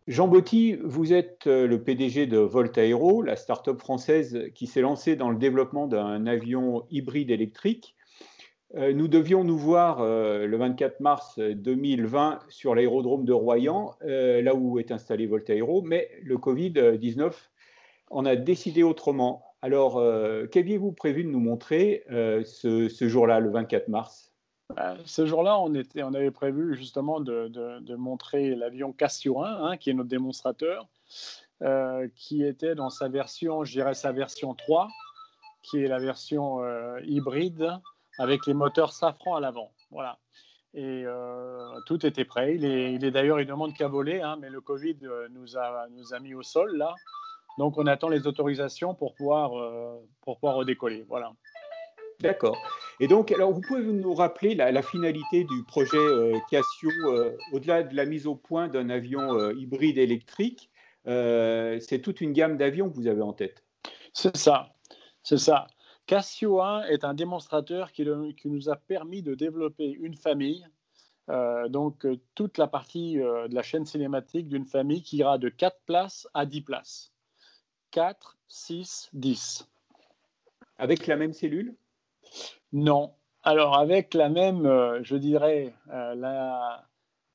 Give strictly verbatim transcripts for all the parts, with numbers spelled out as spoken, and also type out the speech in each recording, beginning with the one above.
Jean Botti, vous êtes euh, le P D G de Voltaero, la start-up française qui s'est lancée dans le développement d'un avion hybride électrique. Euh, Nous devions nous voir euh, le vingt-quatre mars deux mille vingt sur l'aérodrome de Royan, euh, là où est installé Voltaero, mais le Covid dix-neuf en a décidé autrement. Alors, euh, qu'aviez-vous prévu de nous montrer euh, ce, ce jour-là, le vingt-quatre mars? Euh, Ce jour-là, on, était, on avait prévu justement de, de- de montrer l'avion Cassio un, hein, qui est notre démonstrateur, euh, qui était dans sa version, je dirais sa version trois, qui est la version euh, hybride avec les moteurs Safran à l'avant. Voilà. Et euh, tout était prêt. Il est, il est d'ailleurs, il demande qu'à voler, hein, mais le Covid euh, nous a, nous a mis au sol là. Donc on attend les autorisations pour pouvoir, euh, pour pouvoir redécoller. Voilà. D'accord. Et donc, alors, vous pouvez nous rappeler la, la finalité du projet euh, Cassio, euh, au-delà de la mise au point d'un avion euh, hybride électrique, euh, c'est toute une gamme d'avions que vous avez en tête. C'est ça, c'est ça. Cassio un est un démonstrateur qui, le- qui nous a permis de développer une famille, euh, donc euh, toute la partie euh, de la chaîne cinématique d'une famille qui ira de quatre places à dix places. quatre, six, dix. Avec la même cellule? Non. Alors avec la même, euh, je dirais, euh, la,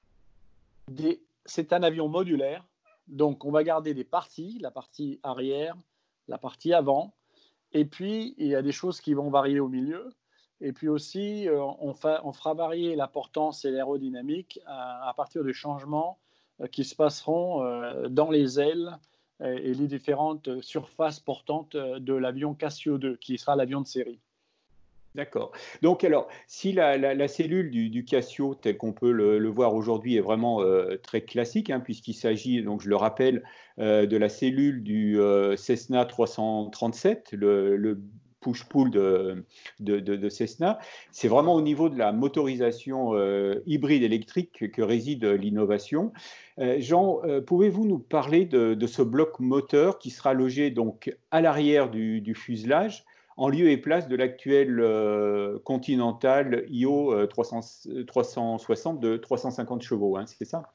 des- c'est un avion modulaire, donc on va garder des parties, la partie arrière, la partie avant, et puis il y a des choses qui vont varier au milieu, et puis aussi euh, on, fa- on fera varier la portance et l'aérodynamique à, à partir de changements euh, qui se passeront euh, dans les ailes euh, et les différentes surfaces portantes euh, de l'avion Cassio deux, qui sera l'avion de série. D'accord. Donc, alors, si la, la- la cellule du, du Casio, telle qu'on peut le, le voir aujourd'hui, est vraiment euh, très classique, hein, puisqu'il s'agit, donc je le rappelle, euh, de la cellule du euh, Cessna trois cent trente-sept, le, le push-pull de, de- de- de Cessna, c'est vraiment au niveau de la motorisation euh, hybride électrique que, que réside l'innovation. Euh, Jean, euh, pouvez-vous nous parler de, de ce bloc moteur qui sera logé donc à l'arrière du du fuselage, en lieu et place de l'actuel euh, Continental I O euh, trois cents, trois cent soixante de trois cent cinquante chevaux, hein, c'est ça?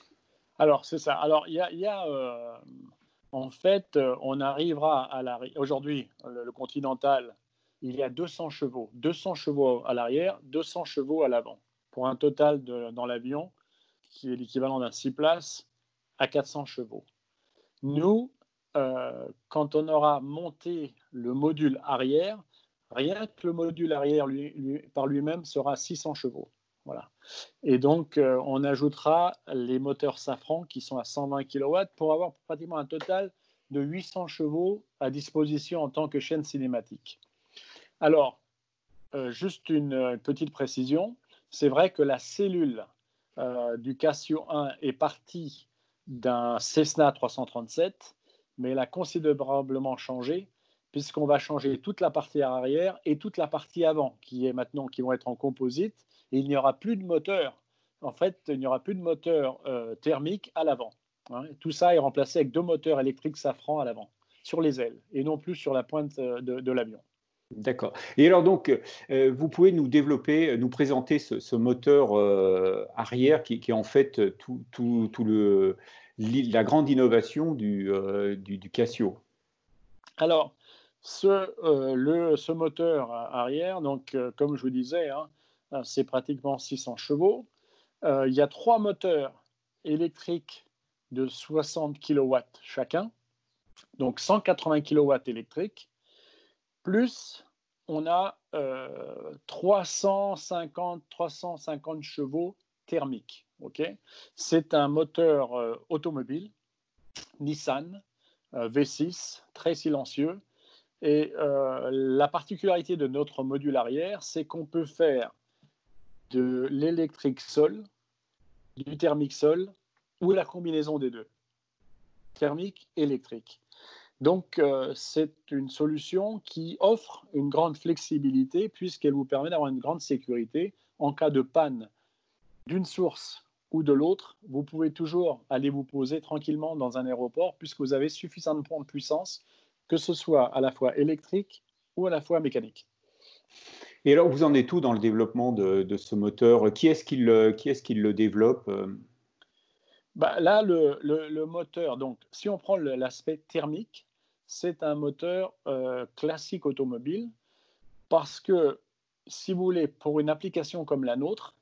Alors, c'est ça. Alors, il y a, il y a, euh, en fait, euh, on arrivera à l'arrière. Aujourd'hui, le, le Continental, il y a deux cents chevaux. deux cents chevaux à l'arrière, deux cents chevaux à l'avant. Pour un total de- dans l'avion qui est l'équivalent d'un six places à quatre cents chevaux. Nous, euh, quand on aura monté le module arrière, rien que le module arrière lui- lui- par lui-même sera six cents chevaux. Voilà. Et donc, euh, on ajoutera les moteurs Safran qui sont à cent vingt kilowatts pour avoir pratiquement un total de huit cents chevaux à disposition en tant que chaîne cinématique. Alors, euh, juste une, une petite précision, c'est vrai que la cellule euh, du Casio un est partie d'un Cessna trois cent trente-sept, mais elle a considérablement changé puisqu'on va changer toute la partie arrière et toute la partie avant qui est maintenant qui vont être en composite et il n'y aura plus de moteur. En fait, il n'y aura plus de moteur euh, thermique à l'avant. Hein. Tout ça est remplacé avec deux moteurs électriques Safran à l'avant, sur les ailes et non plus sur la pointe de, de l'avion. D'accord. Et alors donc, euh, vous pouvez nous développer, nous présenter ce, ce moteur euh, arrière qui, qui est en fait tout, tout, tout le, la grande innovation du, euh, du, du Casio. Alors, ce, euh, le, ce moteur arrière, donc, euh, comme je vous disais, hein, c'est pratiquement six cents chevaux. Euh, il y a trois moteurs électriques de soixante kilowatts chacun, donc cent quatre-vingts kilowatts électriques, plus on a euh, trois cent cinquante, trois cent cinquante chevaux thermiques. Okay, c'est un moteur euh, automobile, Nissan, euh, V six, très silencieux. Et euh, la particularité de notre module arrière, c'est qu'on peut faire de l'électrique sol, du thermique sol ou la combinaison des deux, thermique et électrique. Donc, euh, c'est une solution qui offre une grande flexibilité puisqu'elle vous permet d'avoir une grande sécurité. En cas de panne d'une source ou de l'autre, vous pouvez toujours aller vous poser tranquillement dans un aéroport puisque vous avez suffisamment de puissance, que ce soit à la fois électrique ou à la fois mécanique. Et alors, vous en êtes où dans le développement de, de ce moteur? Qui est-ce qui le, qui est-ce qui le développe? Bah, là, le, le, le moteur, donc, si on prend le, l'aspect thermique, c'est un moteur euh, classique automobile parce que, si vous voulez, pour une application comme la nôtre,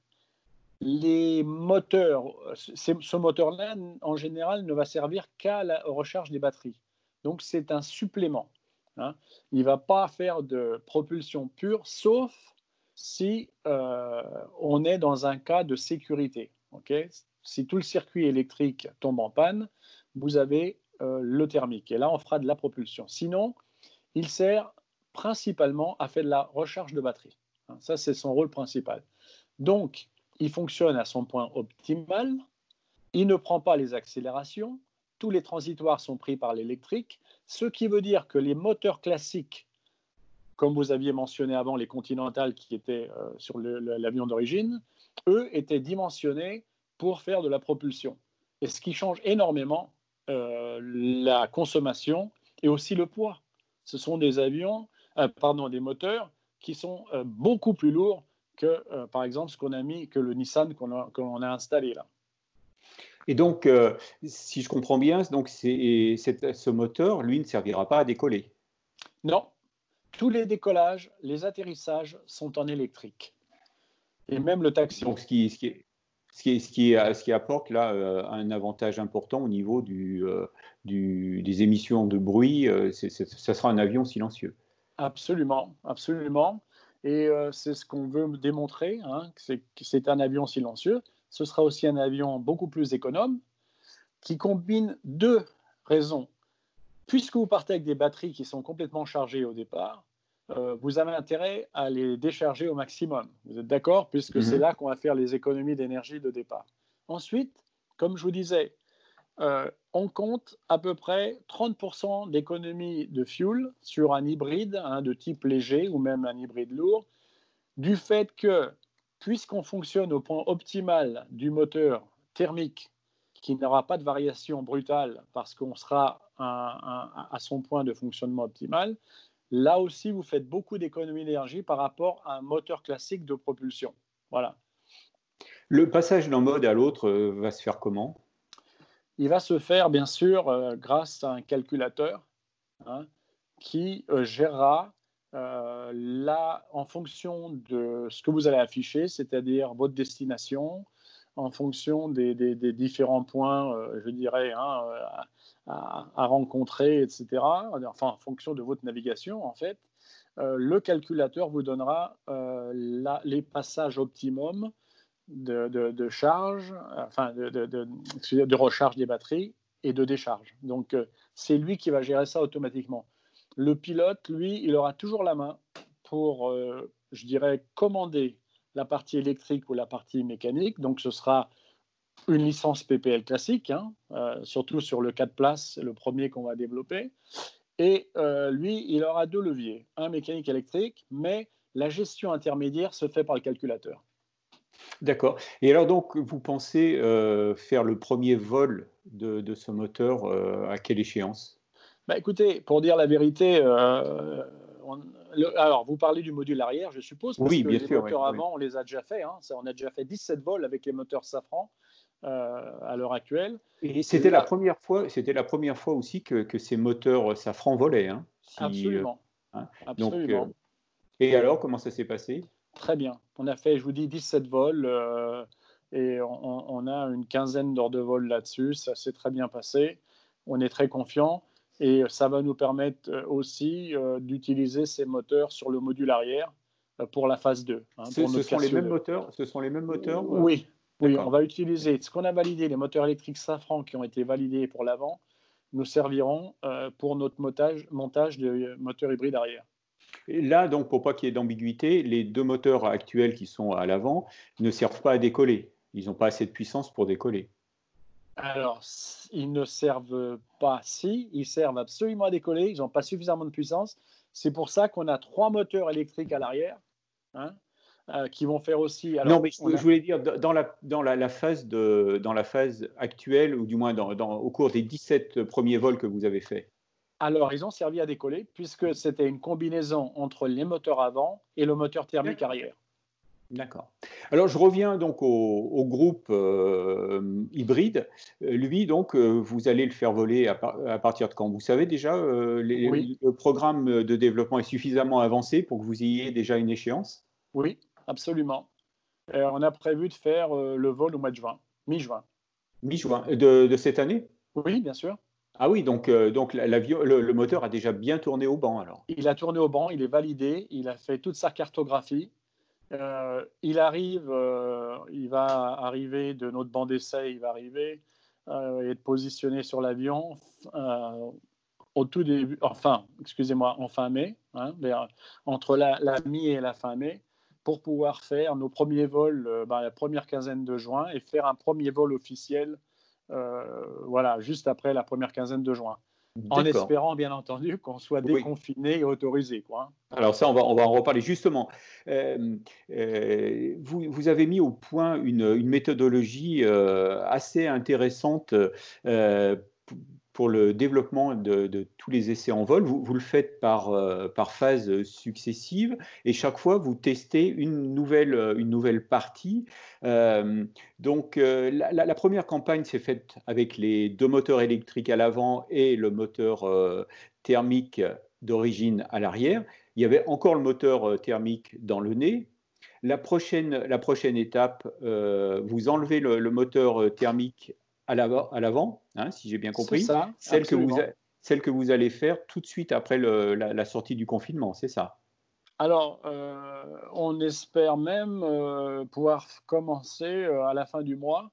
les moteurs, ce moteur-là, en général, ne va servir qu'à la recharge des batteries. Donc, c'est un supplément. Hein. Il ne va pas faire de propulsion pure, sauf si euh, on est dans un cas de sécurité. Okay, si tout le circuit électrique tombe en panne, vous avez euh, le thermique. Et là, on fera de la propulsion. Sinon, il sert principalement à faire de la recharge de batterie. Hein, ça, c'est son rôle principal. Donc, il fonctionne à son point optimal. Il ne prend pas les accélérations. Tous les transitoires sont pris par l'électrique, ce qui veut dire que les moteurs classiques, comme vous aviez mentionné avant, les Continental qui étaient euh, sur le, le, l'avion d'origine, eux étaient dimensionnés pour faire de la propulsion. Et ce qui change énormément, euh, la consommation et aussi le poids. Ce sont des avions, euh, pardon, des moteurs qui sont euh, beaucoup plus lourds que, euh, par exemple, ce qu'on a mis, que le Nissan qu'on a, qu'on a installé là. Et donc, euh, si je comprends bien, donc c'est, c'est, ce moteur, lui, ne servira pas à décoller. Non, tous les décollages, les atterrissages sont en électrique. Et même le taxi. Donc, ce qui, ce qui, est, ce qui, ce qui, est, ce qui apporte là euh, un avantage important au niveau du, euh, du, des émissions de bruit, euh, c'est, c'est, ça sera un avion silencieux. Absolument, absolument. Et euh, c'est ce qu'on veut démontrer, hein, c'est que c'est un avion silencieux. Ce sera aussi un avion beaucoup plus économe qui combine deux raisons. Puisque vous partez avec des batteries qui sont complètement chargées au départ, euh, vous avez intérêt à les décharger au maximum. Vous êtes d'accord? Puisque mm-hmm. c'est là qu'on va faire les économies d'énergie de départ. Ensuite, comme je vous disais, euh, on compte à peu près trente pour cent d'économie de fuel sur un hybride hein, de type léger ou même un hybride lourd, du fait que, puisqu'on fonctionne au point optimal du moteur thermique, qui n'aura pas de variation brutale parce qu'on sera un, un, à son point de fonctionnement optimal, là aussi, vous faites beaucoup d'économies d'énergie par rapport à un moteur classique de propulsion. Voilà. Le passage d'un mode à l'autre euh, va se faire comment? Il va se faire, bien sûr, euh, grâce à un calculateur hein, qui euh, gérera euh, là, en fonction de ce que vous allez afficher, c'est-à-dire votre destination, en fonction des, des, des différents points, euh, je dirais, hein, à, à rencontrer, et cetera. Enfin, en fonction de votre navigation, en fait, euh, le calculateur vous donnera euh, la, les passages optimum de, de, de charge, enfin, de, de, de, de recharge des batteries et de décharge. Donc, euh, c'est lui qui va gérer ça automatiquement. Le pilote, lui, il aura toujours la main pour, euh, je dirais, commander la partie électrique ou la partie mécanique. Donc, ce sera une licence P P L classique, hein, euh, surtout sur le quatre places, le premier qu'on va développer. Et euh, lui, il aura deux leviers, un mécanique électrique, mais la gestion intermédiaire se fait par le calculateur. D'accord. Et alors donc, vous pensez euh, faire le premier vol de, de ce moteur euh, à quelle échéance? Bah, écoutez, pour dire la vérité, euh, on, le, alors vous parlez du module arrière, je suppose, parce oui, que bien les sûr, moteurs oui, avant, oui. on les a déjà fait. Hein, on a déjà fait dix-sept vols avec les moteurs Safran euh, à l'heure actuelle. Et c'était la première fois, c'était la première fois aussi que, que ces moteurs Safran volaient. Hein, si, absolument. Euh, hein, absolument. Donc, euh, et alors, comment ça s'est passé? Très bien. On a fait, je vous dis, dix-sept vols euh, et on, on a une quinzaine d'heures de vol là-dessus. Ça s'est très bien passé. On est très confiant. Et ça va nous permettre aussi euh, d'utiliser ces moteurs sur le module arrière euh, pour la phase deux. Hein, ce, pour ce, sont les mêmes moteurs, ce sont les mêmes moteurs euh... Oui, oui, on va utiliser ce qu'on a validé, les moteurs électriques Safran qui ont été validés pour l'avant, nous serviront euh, pour notre montage, montage de moteurs hybrides arrière. Et là, donc, pour pas qu'il y ait d'ambiguïté, les deux moteurs actuels qui sont à l'avant ne servent pas à décoller. Ils n'ont pas assez de puissance pour décoller. Alors, ils ne servent pas, si, ils servent absolument à décoller, ils n'ont pas suffisamment de puissance. C'est pour ça qu'on a trois moteurs électriques à l'arrière, hein, euh, qui vont faire aussi... Alors, non, mais je, a... je voulais dire, dans la, dans la, la, phase, de, dans la phase actuelle, ou du moins dans, dans, au cours des dix-sept premiers vols que vous avez faits. Alors, ils ont servi à décoller, puisque c'était une combinaison entre les moteurs avant et le moteur thermique arrière. D'accord. Alors, je reviens donc au, au groupe euh, hybride. Euh, Lui, donc, euh, vous allez le faire voler à, par- à partir de quand? Vous savez déjà, euh, Oui, les- le programme de développement est suffisamment avancé pour que vous ayez déjà une échéance? oui, absolument. Euh, on a prévu de faire euh, le vol au mois de juin, mi-juin. Mi-juin de, de cette année? Oui, bien sûr. Ah oui, donc, euh, donc la- l'avion, le, le moteur a déjà bien tourné au banc alors. Il a tourné au banc, il est validé, il a fait toute sa cartographie. Euh, il arrive, euh, il va arriver de notre banc d'essai, il va arriver euh, et être positionné sur l'avion euh, au tout début, enfin, excusez-moi, en fin mai, hein, vers, entre la, la mi et la fin mai, pour pouvoir faire nos premiers vols euh, ben, la première quinzaine de juin et faire un premier vol officiel, euh, voilà, juste après la première quinzaine de juin, en D'accord. espérant bien entendu qu'on soit Oui. déconfiné et autorisé, quoi. Alors ça, on va, on va en reparler justement. Euh, euh, vous, vous avez mis au point une, une méthodologie euh, assez intéressante euh, p- pour le développement de, de tous les essais en vol. Vous, vous le faites par, euh, par phase successive et chaque fois, vous testez une nouvelle, une nouvelle partie. Euh, donc, euh, la, la- la première campagne s'est faite avec les deux moteurs électriques à l'avant et le moteur euh, thermique d'origine à l'arrière. Il y avait encore le moteur euh, thermique dans le nez. La prochaine, la prochaine étape, euh, vous enlevez le, le moteur euh, thermique à l'avant, à l'avant, hein, si j'ai bien C'est compris, ça, celle que vous, absolument. a- celle que vous allez faire tout de suite après le- la, la sortie du confinement, c'est ça? Alors, euh, on espère même euh, pouvoir commencer euh, à la fin du mois.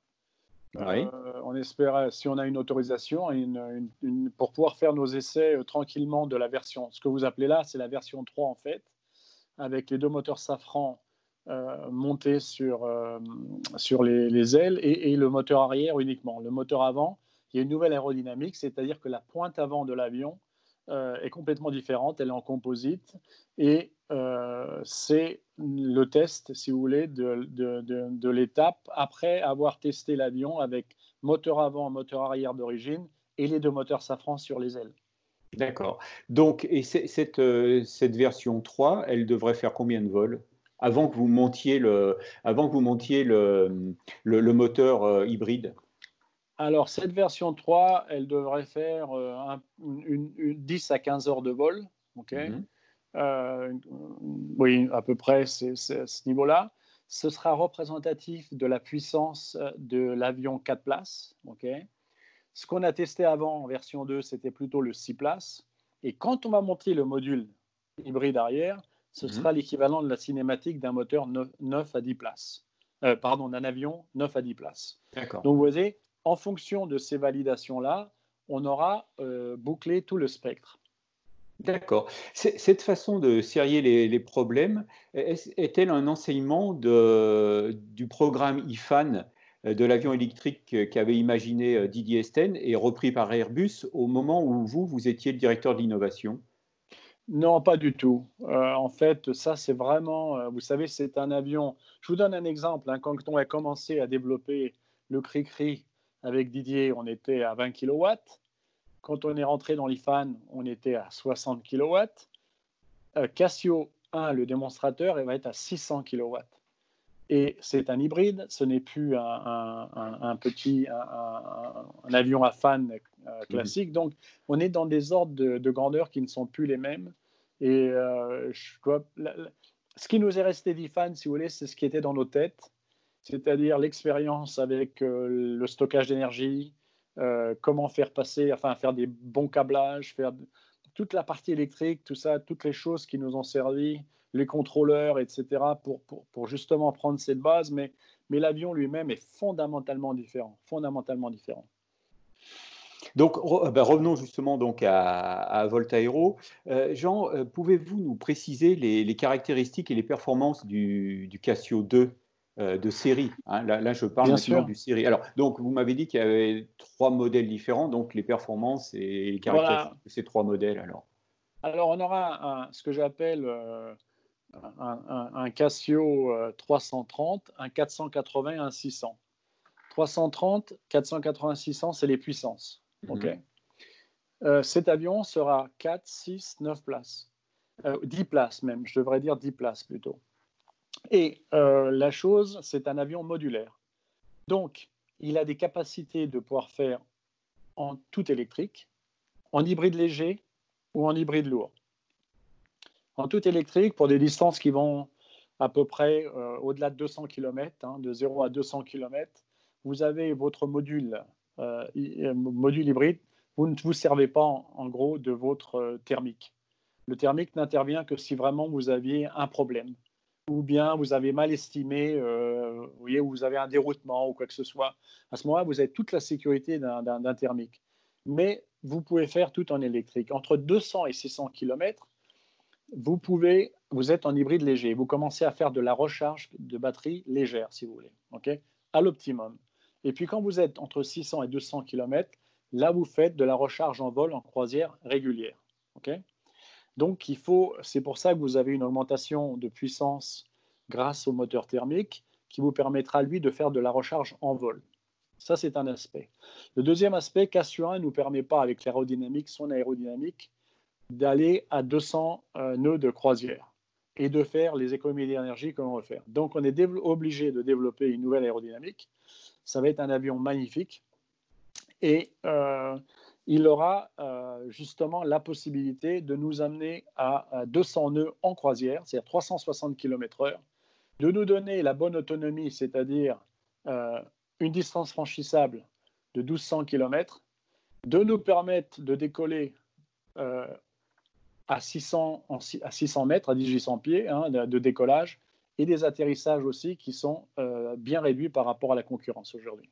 Oui. Euh, on espère, si on a une autorisation, une, une, une, pour pouvoir faire nos essais euh, tranquillement de la version. Ce que vous appelez là, c'est la version trois en fait, avec les deux moteurs Safran euh, montés sur, euh, sur les, les ailes et, et le moteur arrière uniquement. Le moteur avant, il y a une nouvelle aérodynamique, c'est-à-dire que la pointe avant de l'avion euh, est complètement différente, elle est en composite et euh, c'est le test, si vous voulez, de, de, de, de l'étape après avoir testé l'avion avec moteur avant, moteur arrière d'origine et les deux moteurs Safran sur les ailes. D'accord. Donc, et c'est- cette, euh, cette version trois, elle devrait faire combien de vols avant que vous montiez le, avant que vous montiez le, le, le moteur euh, hybride? Alors, cette version trois, elle devrait faire euh, un, une, une dix à quinze heures de vol. Okay, Mhm. euh, oui, à peu près, c'est à ce niveau-là. Ce sera représentatif de la puissance de l'avion quatre places. Okay. Ce qu'on a testé avant en version deux, c'était plutôt le six places. Et quand on va monter le module hybride arrière, ce Mhm. sera l'équivalent de la cinématique d'un moteur neuf à dix places. Euh, pardon, d'un avion neuf à dix places. D'accord. Donc, vous voyez, en fonction de ces validations-là, on aura euh, bouclé tout le spectre. D'accord. C'est- Cette façon de sérier les, les problèmes est- est-elle un enseignement de- du programme I F A N euh, de l'avion électrique euh, qu'avait imaginé euh, Didier Esten et repris par Airbus au moment où vous, vous étiez le directeur de l'innovation? Non, pas du tout. Euh, en fait, ça, c'est vraiment, euh, vous savez, c'est un avion. Je vous donne un exemple. Hein. Quand on a commencé à développer le Cri-Cri avec Didier, on était à vingt kilowatts. Quand on est rentré dans l'I F A N, on était à soixante kilowatts. Euh, Casio un, le démonstrateur, il va être à six cents kilowatts. Et c'est un hybride, ce n'est plus un, un, un, un petit un, un, avion à fan euh, Mhm. classique. Donc, on est dans des ordres de, de grandeur qui ne sont plus les mêmes. Et euh, je dois, la, la, ce qui nous est resté d'I F A N, si vous voulez, c'est ce qui était dans nos têtes, c'est-à-dire l'expérience avec euh, le stockage d'énergie, euh, comment faire passer, enfin faire des bons câblages, faire toute la partie électrique, tout ça, toutes les choses qui nous ont servi, les contrôleurs, et cetera, pour, pour, pour justement prendre cette base. Mais, mais l'avion lui-même est fondamentalement différent, fondamentalement différent. Donc, re- ben, revenons justement donc à, à Voltaero. Euh, Jean, euh, pouvez-vous nous préciser les, les caractéristiques et les performances du, du Casio deux euh, de série, hein? Là, là, je parle Bien maintenant sûr. du série. Alors, donc, vous m'avez dit qu'il y avait trois modèles différents, donc les performances et les Voilà. caractéristiques de ces trois modèles, alors. Alors, on aura un, ce que j'appelle euh, un, un, un Casio euh, trois cent trente, un quatre cent quatre-vingts, un six cents. trois cent trente, quatre cent quatre-vingts, six cents, c'est les puissances. Mhm. Okay. Euh, cet avion sera quatre, six, neuf places. Euh, dix places même, je devrais dire dix places plutôt. Et euh, la chose, c'est un avion modulaire. Donc, il a des capacités de pouvoir faire en tout électrique, en hybride léger ou en hybride lourd. En tout électrique, pour des distances qui vont à peu près euh, au-delà de deux cents kilomètres, hein, de zéro à deux cents kilomètres, vous avez votre module, euh, module hybride. Vous ne vous servez pas, en, en gros, de votre euh, thermique. Le thermique n'intervient que si vraiment vous aviez un problème, ou bien vous avez mal estimé, euh, vous voyez, ou vous avez un déroutement ou quoi que ce soit. À ce moment-là, vous avez toute la sécurité d'un, d'un, d'un thermique. Mais vous pouvez faire tout en électrique. Entre deux cents et six cents kilomètres, vous pouvez, vous êtes en hybride léger. Vous commencez à faire de la recharge de batterie légère, si vous voulez, okay, à l'optimum. Et puis quand vous êtes entre six cents et deux cents kilomètres, là, vous faites de la recharge en vol en croisière régulière. Okay. Donc, il faut, c'est pour ça que vous avez une augmentation de puissance grâce au moteur thermique qui vous permettra, lui, de faire de la recharge en vol. Ça, c'est un aspect. Le deuxième aspect, Cassio un ne nous permet pas, avec l'aérodynamique, son aérodynamique, d'aller à deux cents euh, nœuds de croisière et de faire les économies d'énergie que l'on veut faire. Donc, on est obligé de développer une nouvelle aérodynamique. Ça va être un avion magnifique et euh, il aura euh, justement la possibilité de nous amener à, à deux cents nœuds en croisière, c'est-à-dire trois cent soixante kilomètres heure, de nous donner la bonne autonomie, c'est-à-dire euh, une distance franchissable de mille deux cents kilomètres, de nous permettre de décoller euh, à, six cents, à six cents mètres, à mille huit cents pieds hein, de, de décollage, et des atterrissages aussi qui sont euh, bien réduits par rapport à la concurrence aujourd'hui.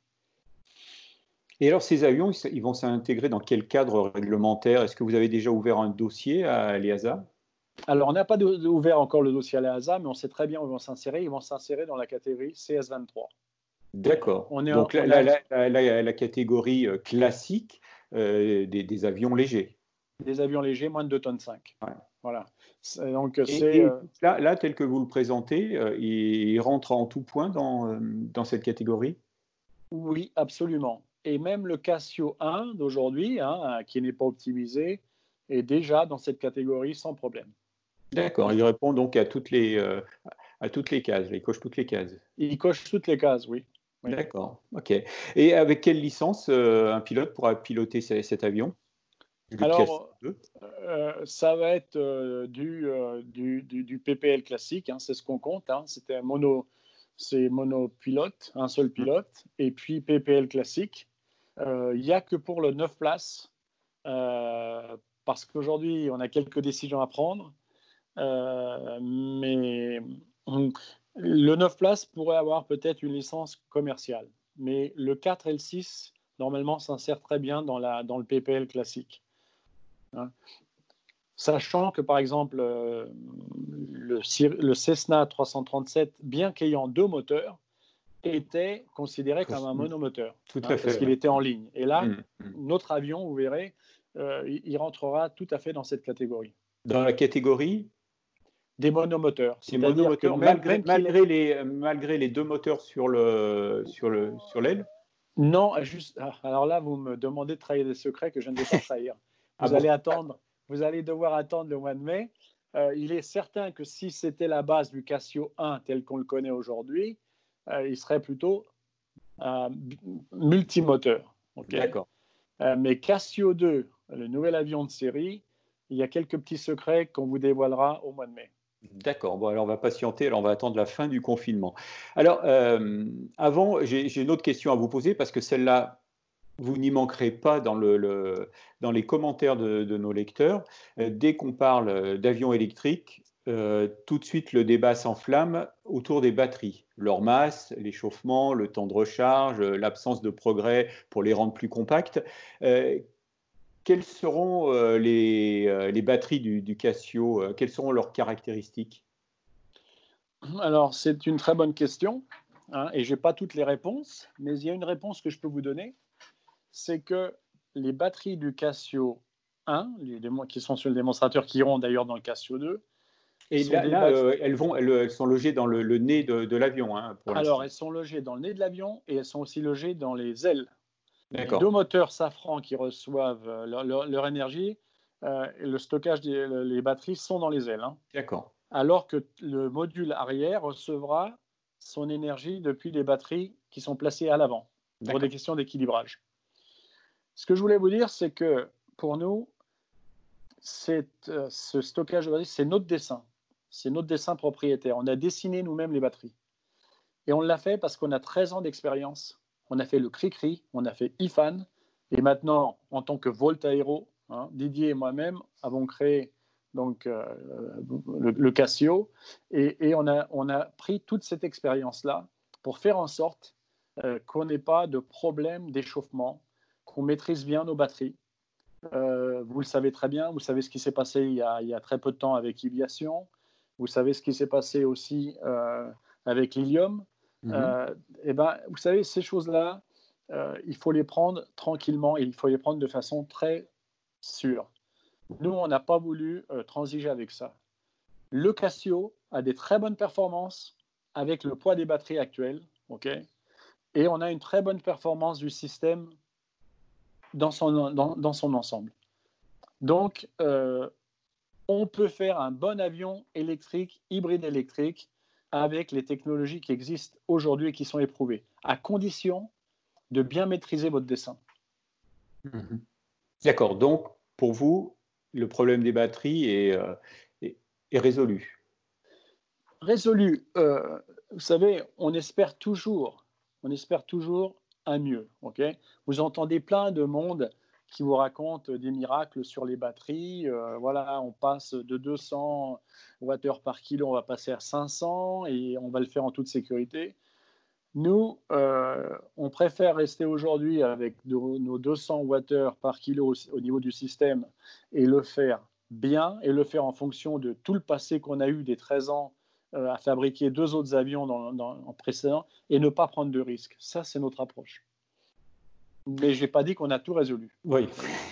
Et alors, ces avions, ils vont s'intégrer dans quel cadre réglementaire? Est-ce que vous avez déjà ouvert un dossier à l'E A S A? Alors, on n'a pas ouvert encore le dossier à l'E A S A, mais on sait très bien où ils vont s'insérer. Ils vont s'insérer dans la catégorie C S vingt-trois. D'accord. On est Donc, en, la, on la, la, la, la catégorie classique euh, des, des avions légers. Des avions légers, moins de deux tonnes cinq. Ouais. Voilà. Donc, et, et euh... là, là, tel que vous le présentez, euh, il, il rentre en tout point dans, euh, dans cette catégorie? Oui, absolument. Et même le Cassio un d'aujourd'hui, hein, qui n'est pas optimisé, est déjà dans cette catégorie sans problème. D'accord, il répond donc à toutes les, euh, à toutes les cases, il coche toutes les cases. Il coche toutes les cases, oui. oui. D'accord, ok. Et avec quelle licence euh, un pilote pourra piloter cet avion? Alors, euh, ça va être euh, du, euh, du, du, du P P L classique, hein, c'est ce qu'on compte. Hein, C'était un mono, c'est monopilote, un seul pilote, mmh. et puis P P L classique. Il euh, n'y a que pour le neuf places, euh, parce qu'aujourd'hui, on a quelques décisions à prendre, euh, mais le neuf places pourrait avoir peut-être une licence commerciale. Mais le quatre et le six, normalement, s'insèrent très bien dans, la, dans le P P L classique. Hein. Sachant que, par exemple, euh, le, le Cessna trois cent trente-sept, bien qu'ayant deux moteurs, était considéré comme un monomoteur. Tout hein, à fait, parce qu'il ouais. était en ligne. Et là, mmh, mmh. notre avion, vous verrez, euh, il rentrera tout à fait dans cette catégorie. Dans la catégorie des monomoteurs. Des monomoteurs, que malgré, même, même malgré, les, malgré les deux moteurs sur le sur le sur l'aile? Non, juste. Alors là, vous me demandez de trahir des secrets que je ne vais pas trahir. Vous ah allez bon attendre. Vous allez devoir attendre le mois de mai. Euh, il est certain que si c'était la base du Cassio un tel qu'on le connaît aujourd'hui, euh, il serait plutôt euh, multimoteur. Okay. D'accord. Euh, mais Cassio deux, le nouvel avion de série, il y a quelques petits secrets qu'on vous dévoilera au mois de mai. D'accord, bon alors on va patienter, alors on va attendre la fin du confinement. Alors, euh, avant, j'ai une autre question à vous poser parce que celle-là, vous n'y manquerez pas dans, le, le, dans les commentaires de, de nos lecteurs. Euh, dès qu'on parle d'avions électriques, euh, tout de suite le débat s'enflamme autour des batteries. Leur masse, l'échauffement, le temps de recharge, l'absence de progrès pour les rendre plus compactes. Euh, Quelles seront euh, les, euh, les batteries du, du Casio? euh, Quelles seront leurs caractéristiques? Alors, c'est une très bonne question, hein, et je n'ai pas toutes les réponses, mais il y a une réponse que je peux vous donner, c'est que les batteries du Casio un, les qui sont sur le démonstrateur, qui iront d'ailleurs dans le Casio deux, et là, là euh, elles, vont, elles, elles sont logées dans le, le nez de, de l'avion. Hein, alors, elles sont logées dans le nez de l'avion et elles sont aussi logées dans les ailes. Les deux moteurs Safran qui reçoivent leur, leur, leur énergie, euh, le stockage des les batteries sont dans les ailes. Hein. D'accord. alors que le module arrière recevra son énergie depuis les batteries qui sont placées à l'avant, pour des questions d'équilibrage. Ce que je voulais vous dire, c'est que pour nous, cette, euh, ce stockage de batteries, c'est notre dessin. C'est notre dessin propriétaire. On a dessiné nous-mêmes les batteries. Et on l'a fait parce qu'on a treize ans d'expérience. On a fait le Cri-Cri, on a fait I F A N. Et maintenant, en tant que Voltaero, hein, Didier et moi-même avons créé donc, euh, le, le Casio. Et, et on, a, on a pris toute cette expérience-là pour faire en sorte euh, qu'on n'ait pas de problème d'échauffement, qu'on maîtrise bien nos batteries. Euh, vous le savez très bien, vous savez ce qui s'est passé il y a, il y a très peu de temps avec Ibiation, vous savez ce qui s'est passé aussi euh, avec l'Ilium. Mmh. Euh, et ben, vous savez, ces choses-là, euh, il faut les prendre tranquillement et il faut les prendre de façon très sûre. Nous, on n'a pas voulu euh, transiger avec ça. Le Casio a des très bonnes performances avec le poids des batteries actuelles, okay, et on a une très bonne performance du système dans son, dans, dans son ensemble. Donc, euh, on peut faire un bon avion électrique, hybride électrique, avec les technologies qui existent aujourd'hui et qui sont éprouvées, à condition de bien maîtriser votre dessin. Mmh. D'accord, donc pour vous, le problème des batteries est, euh, est, est résolu. Résolu. Euh, vous savez, on espère toujours, on espère toujours un mieux. Okay, vous entendez plein de monde qui vous racontent des miracles sur les batteries. Euh, voilà, on passe de deux cents watts par kilo, on va passer à cinq cents et on va le faire en toute sécurité. Nous, euh, on préfère rester aujourd'hui avec de, nos deux cents watts par kilo au, au niveau du système et le faire bien et le faire en fonction de tout le passé qu'on a eu des treize ans euh, à fabriquer deux autres avions dans, dans, en précédent et ne pas prendre de risques. Ça, c'est notre approche. Mais je n'ai pas dit qu'on a tout résolu. Oui.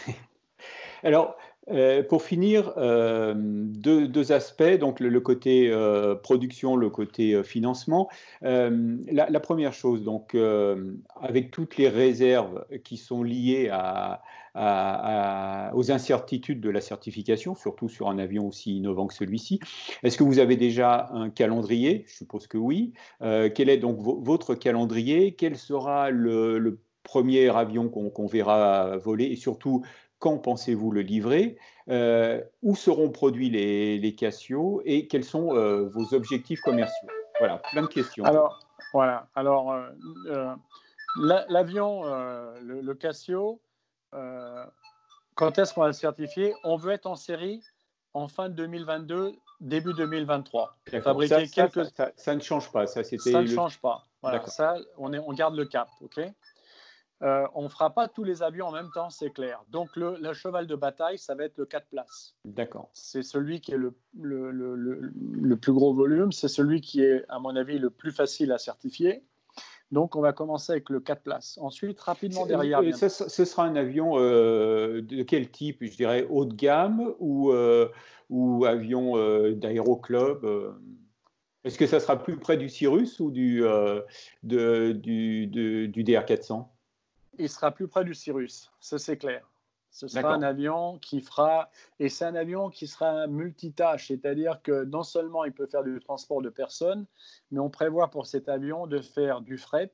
Alors, euh, pour finir, euh, deux, deux aspects, donc le, le côté euh, production, le côté euh, financement. Euh, la, la première chose, donc, euh, avec toutes les réserves qui sont liées à, à, à, aux incertitudes de la certification, surtout sur un avion aussi innovant que celui-ci, est-ce que vous avez déjà un calendrier? Je suppose que oui. Euh, quel est donc vo- votre calendrier? Quel sera le, le premier avion qu'on qu'on verra voler et surtout, quand pensez-vous le livrer? euh, Où seront produits les, les Casio et quels sont euh, vos objectifs commerciaux? Voilà, plein de questions. Alors, voilà. Alors, euh, euh, l'avion, euh, le, le Casio, euh, quand est-ce qu'on va le certifier? On veut être en série en fin deux mille vingt-deux, début deux mille vingt-trois. Fabriquer ça, quelques... ça, ça, ça ne change pas. Ça, ça ne le... change pas. Voilà, ça, on, est, on garde le cap. Okay, euh, on ne fera pas tous les avions en même temps, c'est clair. Donc, le, le cheval de bataille, ça va être le quatre places. D'accord. C'est celui qui est le, le, le, le, le plus gros volume. C'est celui qui est, à mon avis, le plus facile à certifier. Donc, on va commencer avec le quatre places. Ensuite, rapidement derrière... Euh, ce, ce sera un avion euh, de quel type? Je dirais haut de gamme ou, euh, ou avion euh, d'aéroclub euh... Est-ce que ça sera plus près du Cirrus ou du, euh, de, du, de, du D R quatre cents? Il sera plus près du Cirrus, ça c'est clair. Ce sera un avion qui fera, et c'est un avion qui sera multitâche, c'est-à-dire que non seulement il peut faire du transport de personnes, mais on prévoit pour cet avion de faire du fret,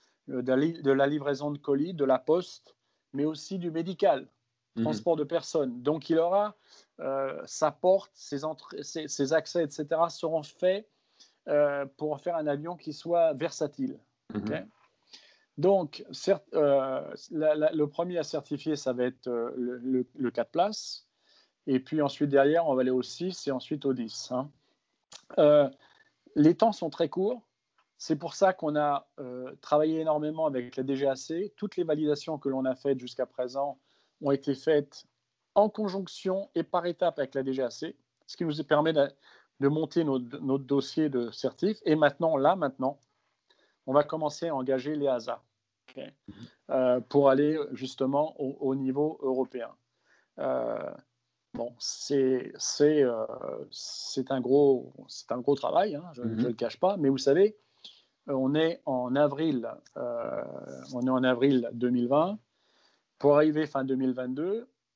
de la livraison de colis, de la poste, mais aussi du médical, transport mmh. de personnes. Donc il aura euh, sa porte, ses, entrées, ses, ses accès, et cetera seront faits euh, pour faire un avion qui soit versatile. Mmh. Okay, donc, certes, euh, la, la, le premier à certifier, ça va être euh, le, le, le quatre places. Et puis ensuite, derrière, on va aller au six et ensuite au dix. Hein. Euh, les temps sont très courts. C'est pour ça qu'on a euh, travaillé énormément avec la D G A C. Toutes les validations que l'on a faites jusqu'à présent ont été faites en conjonction et par étapes avec la D G A C, ce qui nous permet de, de monter notre, notre dossier de certif. Et maintenant, là, maintenant, on va commencer à engager l'E A S A. Okay. Euh, pour aller justement au, au niveau européen. Euh, bon, c'est c'est euh, c'est un gros c'est un gros travail, hein, je ne mm-hmm. le cache pas. Mais vous savez, on est en avril, euh, on est en avril deux mille vingt. Pour arriver fin deux mille vingt-deux,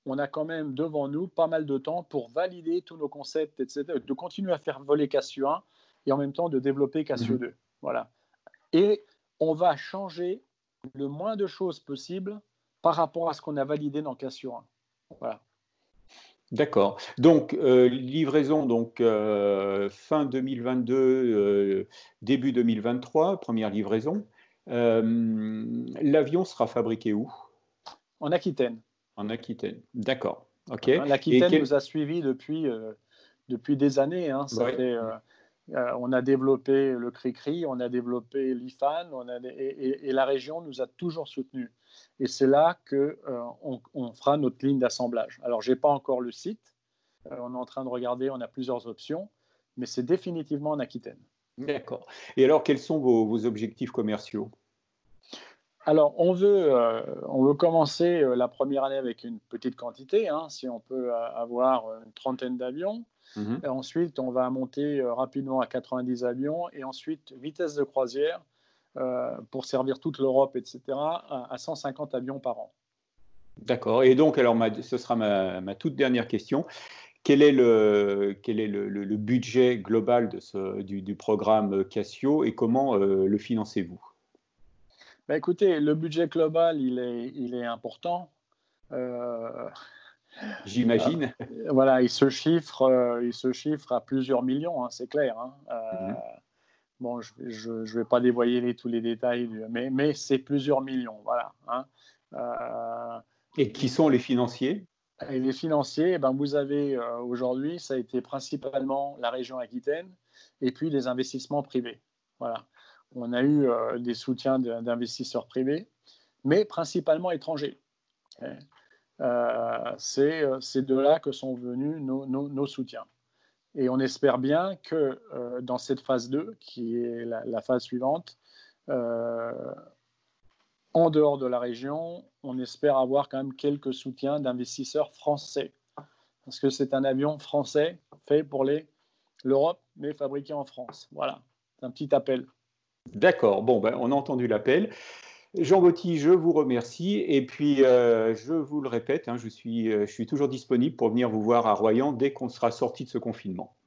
on a quand même devant nous pas mal de temps pour valider tous nos concepts, et cetera, de continuer à faire voler Cassio un et en même temps de développer Cassio deux. Voilà. Et on va changer le moins de choses possible par rapport à ce qu'on a validé dans Cassio un. Voilà. D'accord. Donc, euh, livraison donc, euh, fin deux mille vingt-deux, euh, début deux mille vingt-trois, première livraison. Euh, l'avion sera fabriqué où? En Aquitaine. En Aquitaine. D'accord. OK. Hein, Et L'Aquitaine quel... nous a suivis depuis, euh, depuis des années. Hein. Ça ouais. fait, euh, euh, on a développé le Cri-Cri, on a développé l'I F A N, on a, et, et, et la région nous a toujours soutenus. Et c'est là qu'on euh, on fera notre ligne d'assemblage. Alors, je n'ai pas encore le site. Euh, on est en train de regarder, on a plusieurs options, mais c'est définitivement en Aquitaine. D'accord. Et alors, quels sont vos, vos objectifs commerciaux? Alors, on veut, euh, on veut commencer euh, la première année avec une petite quantité, hein, si on peut euh, avoir une trentaine d'avions. Mmh. Et ensuite, on va monter euh, rapidement à quatre-vingt-dix avions et ensuite vitesse de croisière euh, pour servir toute l'Europe, et cetera, à, à cent cinquante avions par an. D'accord. Et donc, alors, ma, ce sera ma, ma toute dernière question. Quel est le, quel est le, le, le budget global de ce, du, du programme Cassio et comment euh, le financez-vous? Ben écoutez, le budget global, il est, il est important. Euh, J'imagine. euh, voilà, il se chiffre, euh, il se chiffre à plusieurs millions, hein, c'est clair. Hein. Euh, Mmh. bon, je ne vais pas dévoiler les, tous les détails, mais, mais c'est plusieurs millions. Voilà. Hein. Euh, Et qui sont les financiers? Et les financiers, ben vous avez euh, aujourd'hui, ça a été principalement la région Aquitaine et puis les investissements privés. Voilà. On a eu euh, des soutiens d'investisseurs privés, mais principalement étrangers. Euh, c'est de là que sont venus nos, nos, nos, soutiens. Et on espère bien que euh, dans cette phase deux, qui est la, la phase suivante, euh, en dehors de la région, on espère avoir quand même quelques soutiens d'investisseurs français. Parce que c'est un avion français fait pour l'Europe, mais fabriqué en France. Voilà, c'est un petit appel. D'accord, bon, ben, on a entendu l'appel. Jean Botti, je vous remercie. Et puis, euh, je vous le répète, hein, je suis, euh, je suis toujours disponible pour venir vous voir à Royan dès qu'on sera sorti de ce confinement.